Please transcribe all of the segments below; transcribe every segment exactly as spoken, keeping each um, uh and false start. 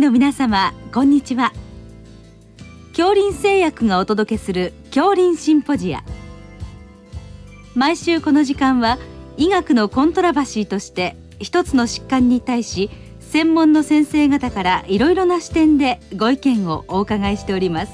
の皆様、こんにちは。杏林製薬がお届けする杏林シンポジア。毎週この時間は医学のコントラバシーとして一つの疾患に対し専門の先生方からいろいろな視点でご意見をお伺いしております。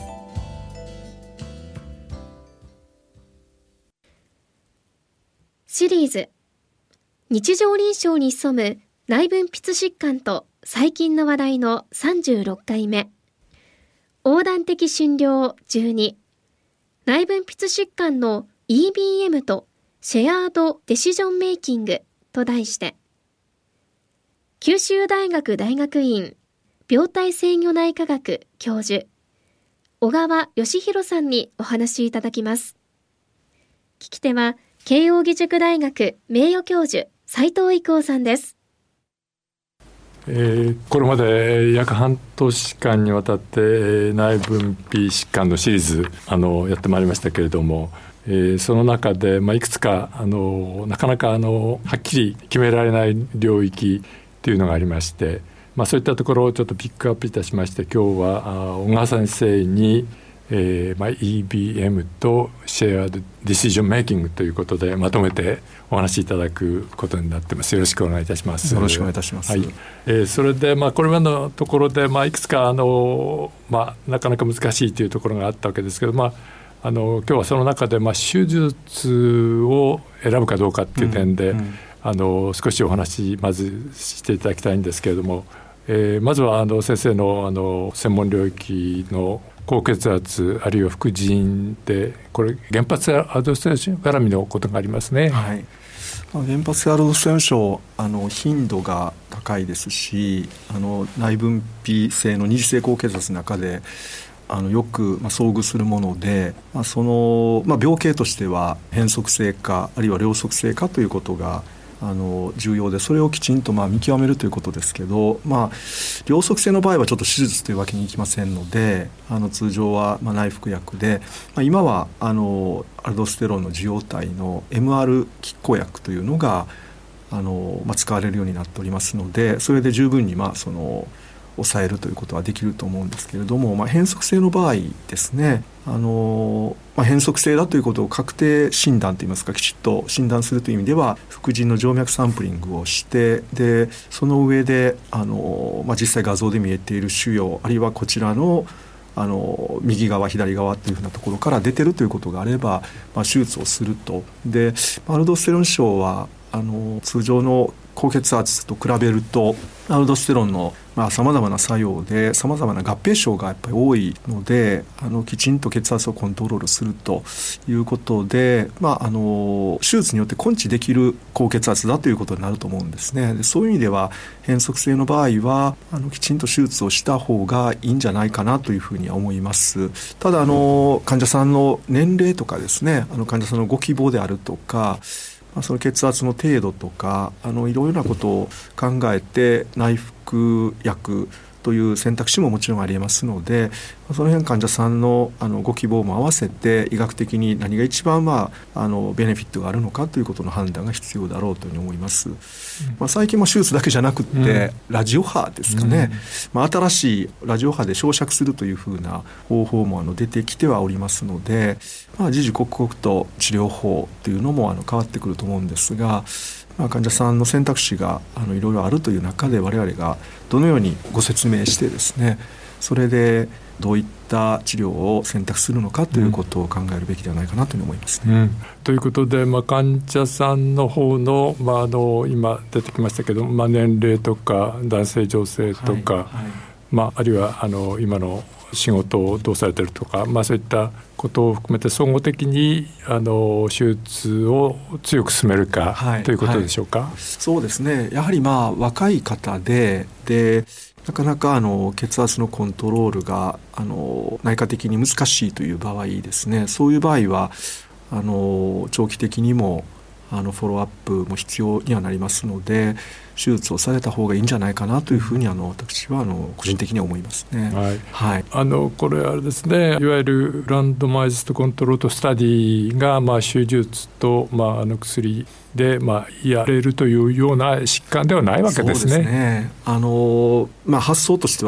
シリーズ日常臨床に潜む内分泌疾患と細菌の話題のさんじゅうろっかいめ、横断的診療じゅうに、内分泌疾患の イービーエム とシェアードデシジョンメイキングと題して、九州大学大学院病態制御内科学教授小川義弘さんにお話しいただきます。聞き手は慶應義塾大学名誉教授斉藤育夫さんです。 えー、これまで約半年間にわたって内分泌疾患のシリーズあのやってまいりましたけれども、えー、その中で、まあ、いくつかあのなかなかあのはっきり決められない領域というのがありまして、まあ、そういったところをちょっとピックアップいたしまして、今日はあ小川先生にえーまあ、イービーエム とシェアドディシジョンメイキングということでまとめてお話しいただくことになってます。よろしくお願いいたします。 よろしくお願いいたします。 はい。えー、それで、まあ、これまでのところで、まあ、いくつかあの、まあ、なかなか難しいというところがあったわけですけど、まあ、あの今日はその中で、まあ、手術を選ぶかどうかっていう点で、うんうん、あの少しお話まずしていただきたいんですけれども、えー、まずはあの先生の、あの専門領域の高血圧あるいは副腎で、これ原発アルドステロン絡みのことがありますね。 はい、原発アルドステロン症、あの頻度が高いですし、あの内分泌性の二次性高血圧の中であのよく、まあ、遭遇するもので、まあそのまあ、病形としては変則性かあるいは両側性かということがあの重要で、それをきちんとまあ見極めるということですけど、まあ、両側性の場合はちょっと手術というわけにいきませんので、あの通常はまあ内服薬で、まあ、今はあのアルドステロンの受容体の エムアール 拮抗薬というのがあの、まあ、使われるようになっておりますので、それで十分にまあその抑えるということはできると思うんですけれども、まあ、変則性の場合ですね、あの、まあ、変則性だということを確定診断といいますか、きちっと診断するという意味では副腎の静脈サンプリングをして、でその上であの、まあ、実際画像で見えている腫瘍あるいはこちらのあの右側左側というふうなところから出てるということがあれば、まあ、手術をすると。でアルドステロン症はあの通常の高血圧と比べるとアルドステロンのさまざまな作用でさまざまな合併症がやっぱり多いので、あのきちんと血圧をコントロールするということで、まあ、あの手術によって根治できる高血圧だということになると思うんですね。でそういう意味では変則性の場合はあのきちんと手術をした方がいいんじゃないかなというふうには思います。ただあの患者さんの年齢とかですね、あの患者さんのご希望であるとか、その血圧の程度とかあのいろいろなことを考えて内服薬という選択肢ももちろんありえますので、その辺患者さん の, あのご希望も合わせて医学的に何が一番、まあ、あのベネフィットがあるのかということの判断が必要だろうというふうに思います。うん、まあ、最近も手術だけじゃなくって、うん、ラジオ波ですかね、うん、まあ、新しいラジオ波で照射するというふうな方法もあの出てきてはおりますので、まあ、時々刻々と治療法というのもあの変わってくると思うんですが、まあ、患者さんの選択肢があのいろいろあるという中で我々がどのようにご説明してですね、それでどういった治療を選択するのかということを考えるべきではないかなというふうに思いますね。 うん、ということで、まあ、患者さんの方の、まあ、あの今出てきましたけど、まあ、年齢とか男性女性とか、はいはい、まあ、あるいはあの今の仕事をどうされているとか、まあ、そういったことを含めて総合的にあの手術を強く進めるか、はい、ということでしょうか。はい、 そうですね、やはりまあ若い方で、でなかなかあの血圧のコントロールがあの内科的に難しいという場合ですね、そういう場合はあの長期的にもあのフォローアップも必要にはなりますので、手術をされた方がいいんじゃないかなというふうにあの私はあの個人的には思いますね。 はいはい、あのこれあれですね、いわゆるランドマイズドコントロールスタディが、まあ、手術と、まあ、あの薬で、まあ、やれるというような疾患ではないわけですね。 そうですね、あの、まあ、発想としては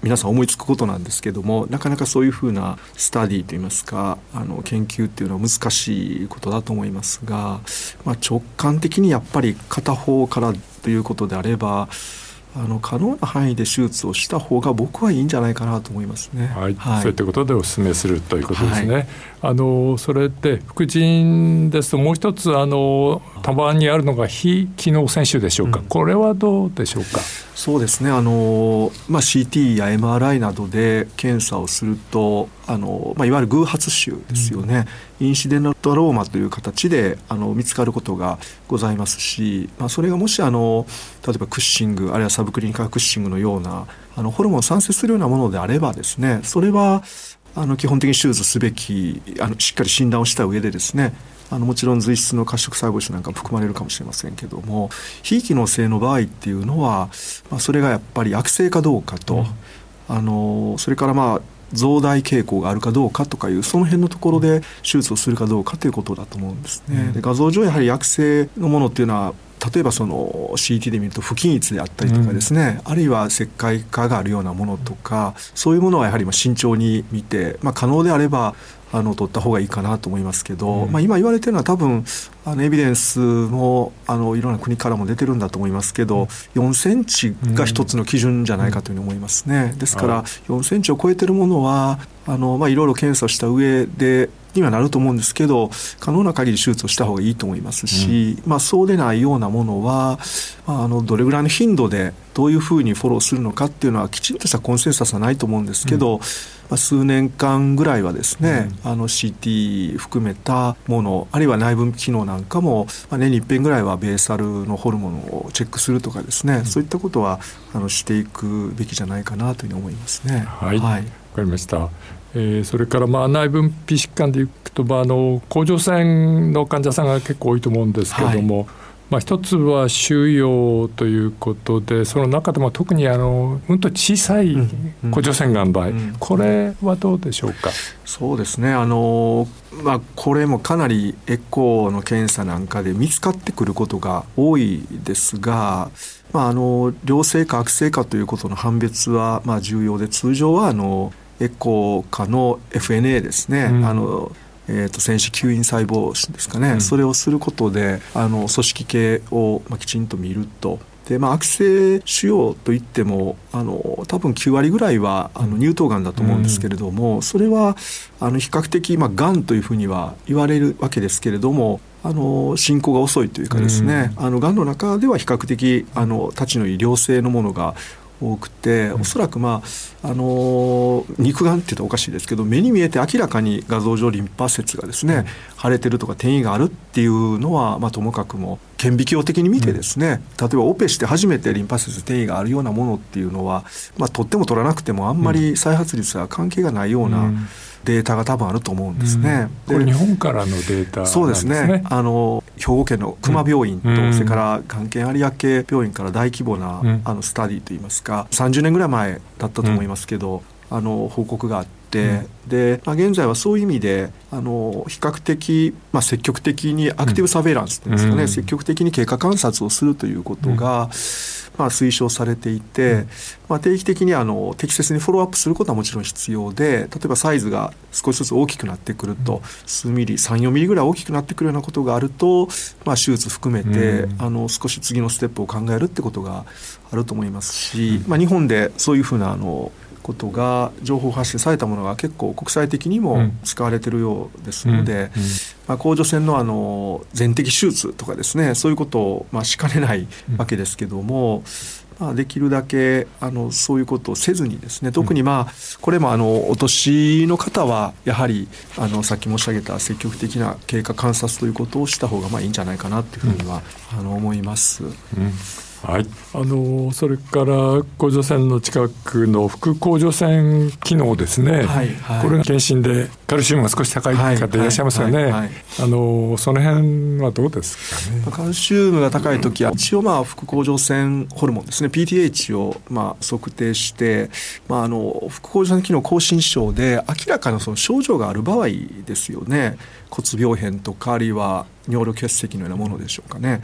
皆さん思いつくことなんですけども、なかなかそういうふうなスタディといいますかあの研究っていうのは難しいことだと思いますが、まあ、直感的にやっぱり片方からということであればあの可能な範囲で手術をした方が僕はいいんじゃないかなと思いますね。 はいはい、 そういったことでお勧めするということですね。 はい、 あのそれで副腎ですともう一つあのたまにあるのが非機能腺腫でしょうか、うん、これはどうでしょうか。 そうですねあの、まあ、シーティー や エムアールアイ などで検査をするとあの、まあ、いわゆる偶発腫ですよね、うん、インシデントローマという形であの見つかることがございますし、まあ、それがもしあの例えばクッシングあるいはサブクリニカルクッシングのようなあのホルモンを産生するようなものであればですね、それはあの基本的に手術すべきあのしっかり診断をした上でですねあのもちろん髄質の褐色細胞腫なんかも含まれるかもしれませんけども、非機能性の場合っていうのは、まあ、それがやっぱり悪性かどうかと、うん、あのそれからまあ増大傾向があるかどうかとかいうその辺のところで手術をするかどうかということだと思うんですね、うん、で画像上やはり悪性のものっていうのは例えばその シーティー で見ると不均一であったりとかですね、うん、あるいは石灰化があるようなものとかそういうものはやはりまあ慎重に見て、まあ、可能であればあの取った方がいいかなと思いますけど、うんまあ、今言われてるのは多分あのエビデンスもあのいろんな国からも出てるんだと思いますけど、うん、よんセンチが一つの基準じゃないかというふうに思いますね、うん、ですからよんセンチを超えてるものはあの、まあ、いろいろ検査した上でにはなると思うんですけど可能な限り手術をした方がいいと思いますし、うんまあ、そうでないようなものは、まあ、あのどれぐらいの頻度でどういうふうにフォローするのかっていうのはきちんとしたコンセンサスはないと思うんですけど、うんまあ、数年間ぐらいはですね、うん、あの シーティー 含めたものあるいは内分泌機能なんかも、まあ、年に一遍ぐらいはベーサルのホルモンをチェックするとかですね、うん、そういったことはあのしていくべきじゃないかなというふうに思いますね。 はい、はい、わかりました。えー、それからまあ内分泌疾患でいくと、まあ、あの甲状腺の患者さんが結構多いと思うんですけれども、はいまあ、一つは腫瘍ということでその中でも特にあのうんと小さい甲状腺がんの場合、うんうん、これはどうでしょうか。 そうですねあの、まあ、これもかなりエコーの検査なんかで見つかってくることが多いですが、まあ、あの良性か悪性かということの判別はまあ重要で通常はあのエコー下の エフエヌエー ですね、うん、あのえー、と線子吸引細胞腫ですかね、うん、それをすることであの組織系を、まあ、きちんと見るとで、まあ、悪性腫瘍といってもあの多分きゅうわりぐらいはあの乳頭がんだと思うんですけれども、うん、それはあの比較的、まあ、がんというふうには言われるわけですけれどもあの進行が遅いというかですね、うん、あのがんの中では比較的あのたちのいい良性のものが多くておそらく、まああのー、肉眼って言ったらおかしいですけど目に見えて明らかに画像上リンパ節がですね、うん、腫れてるとか転移があるっていうのは、まあ、ともかくも顕微鏡的に見てですね、うん、例えばオペして初めてリンパ節転移があるようなものっていうのは、まあ、取っても取らなくてもあんまり再発率は関係がないような、うんデータが多分あると思うんですね、 うん、これ日本からのデータなんですね。 そうですねあの兵庫県の熊病院と、うん、それから眼研有明病院から大規模な、うん、あのスタディといいますかさんじゅうねんぐらい前だったと思いますけど、うん、あの報告があって、うんでまあ、現在はそういう意味であの比較的、まあ、積極的にアクティブサベイランスというんですかね、うん、積極的に経過観察をするということが、うんまあ、推奨されていて、うんまあ、定期的にあの適切にフォローアップすることはもちろん必要で例えばサイズが少しずつ大きくなってくると、うん、数ミリ さん,よん ミリぐらい大きくなってくるようなことがあると、まあ、手術含めて、うん、あの少し次のステップを考えるってことがあると思いますし、うんまあ、日本でそういうふうなあのことが情報発信されたものが結構国際的にも使われているようですので、うんうんまあ、甲状腺のあの全摘手術とかですねそういうことをまあしかねないわけですけども、うんまあ、できるだけあのそういうことをせずにですね特にまあこれもあのお年の方はやはりあのさっき申し上げた積極的な経過観察ということをした方がまあいいんじゃないかなというふうには、うん、あの思います。うんはい、あのそれから甲状腺の近くの副甲状腺機能ですね、はいはい、これが検診でカルシウムが少し高い方いらっしゃいますよね、はいはいはい、あのその辺はどうですかね。 カルシウムが高いときは一応まあ副甲状腺ホルモンですね ピーティーエイチ をまあ測定して、まあ、あの副甲状腺機能亢進症で明らかなその症状がある場合ですよね骨病変とかあるいは尿路結石のようなものでしょうかね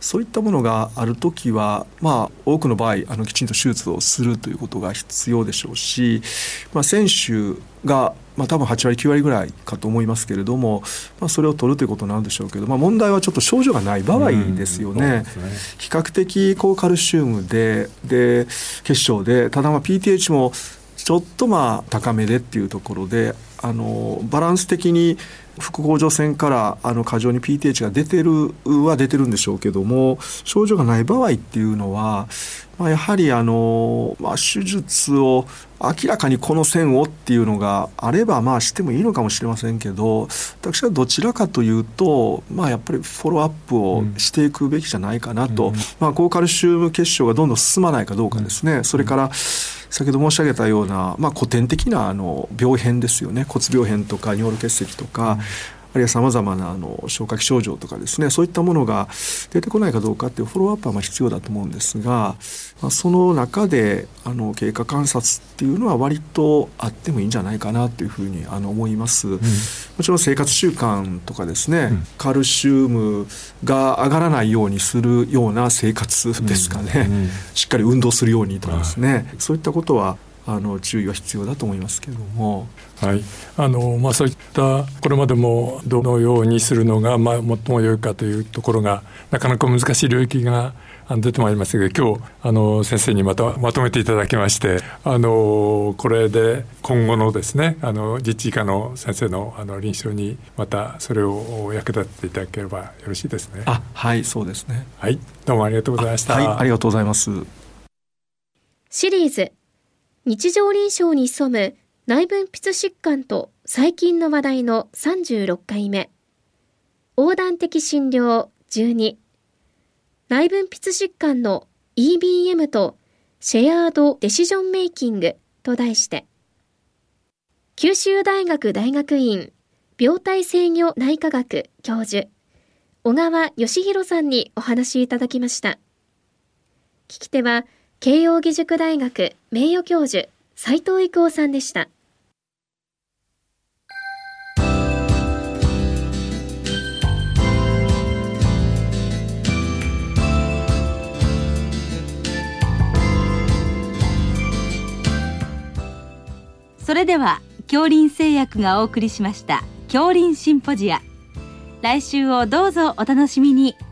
そういったものがあるときは、まあ、多くの場合あのきちんと手術をするということが必要でしょうし、まあ、選手がまあ、多分はちわりきゅうわりぐらいかと思いますけれども、まあ、それを取るということなんでしょうけど、まあ、問題はちょっと症状がない場合ですよね。うん、そうですね。比較的高カルシウムで、で血小で、ただまあ ピーティーエイチ もちょっとまあ高めでっていうところで、あのバランス的に副甲状腺からあの過剰に ピーティーエイチ が出てるは出てるんでしょうけども、症状がない場合っていうのは、まあ、やはりあの、まあ、手術を明らかにこの線をっていうのがあればまあしてもいいのかもしれませんけど、私はどちらかというと、まあ、やっぱりフォローアップをしていくべきじゃないかなと、うん、まあ、高カルシウム血症がどんどん進まないかどうかですね、うん、それから先ほど申し上げたような、まあ、古典的なあの病変ですよね、骨病変とか尿路結石とか、うん、あるいはさまざまなあの消化器症状とかですね、そういったものが出てこないかどうかっていうフォローアップはまあ必要だと思うんですが、まあ、その中であの経過観察っていうのは割とあってもいいんじゃないかなというふうにあの思います、うん、もちろん生活習慣とかですね、うん、カルシウムが上がらないようにするような生活ですかね、うんうん、しっかり運動するようにとかですね、はい、そういったことはあの注意は必要だと思いますけれども、 はい、あのまあ、そういったこれまでもどのようにするのが、まあ、最も良いかというところがなかなか難しい領域が出てまいりましたけど、今日あの先生にまたまとめていただきまして、あのこれで今後のですね、あの実地医科の先生のあの臨床にまたそれを役立てていただければよろしいですね。 あ、はい、そうですね。 はい、どうもありがとうございました。 はい、ありがとうございます。 シリーズ日常臨床に潜む内分泌疾患と細菌の話題のさんじゅうろっかいめ、横断的診療じゅうに、内分泌疾患の イービーエム とシェアードデシジョンメイキングと題して、九州大学大学院病態制御内科学教授小川義弘さんにお話しいただきました。聞き手は慶應義塾大学名誉教授斉藤育夫さんでした。 それでは杏林製薬がお送りしました杏林シンポジア、来週をどうぞお楽しみに。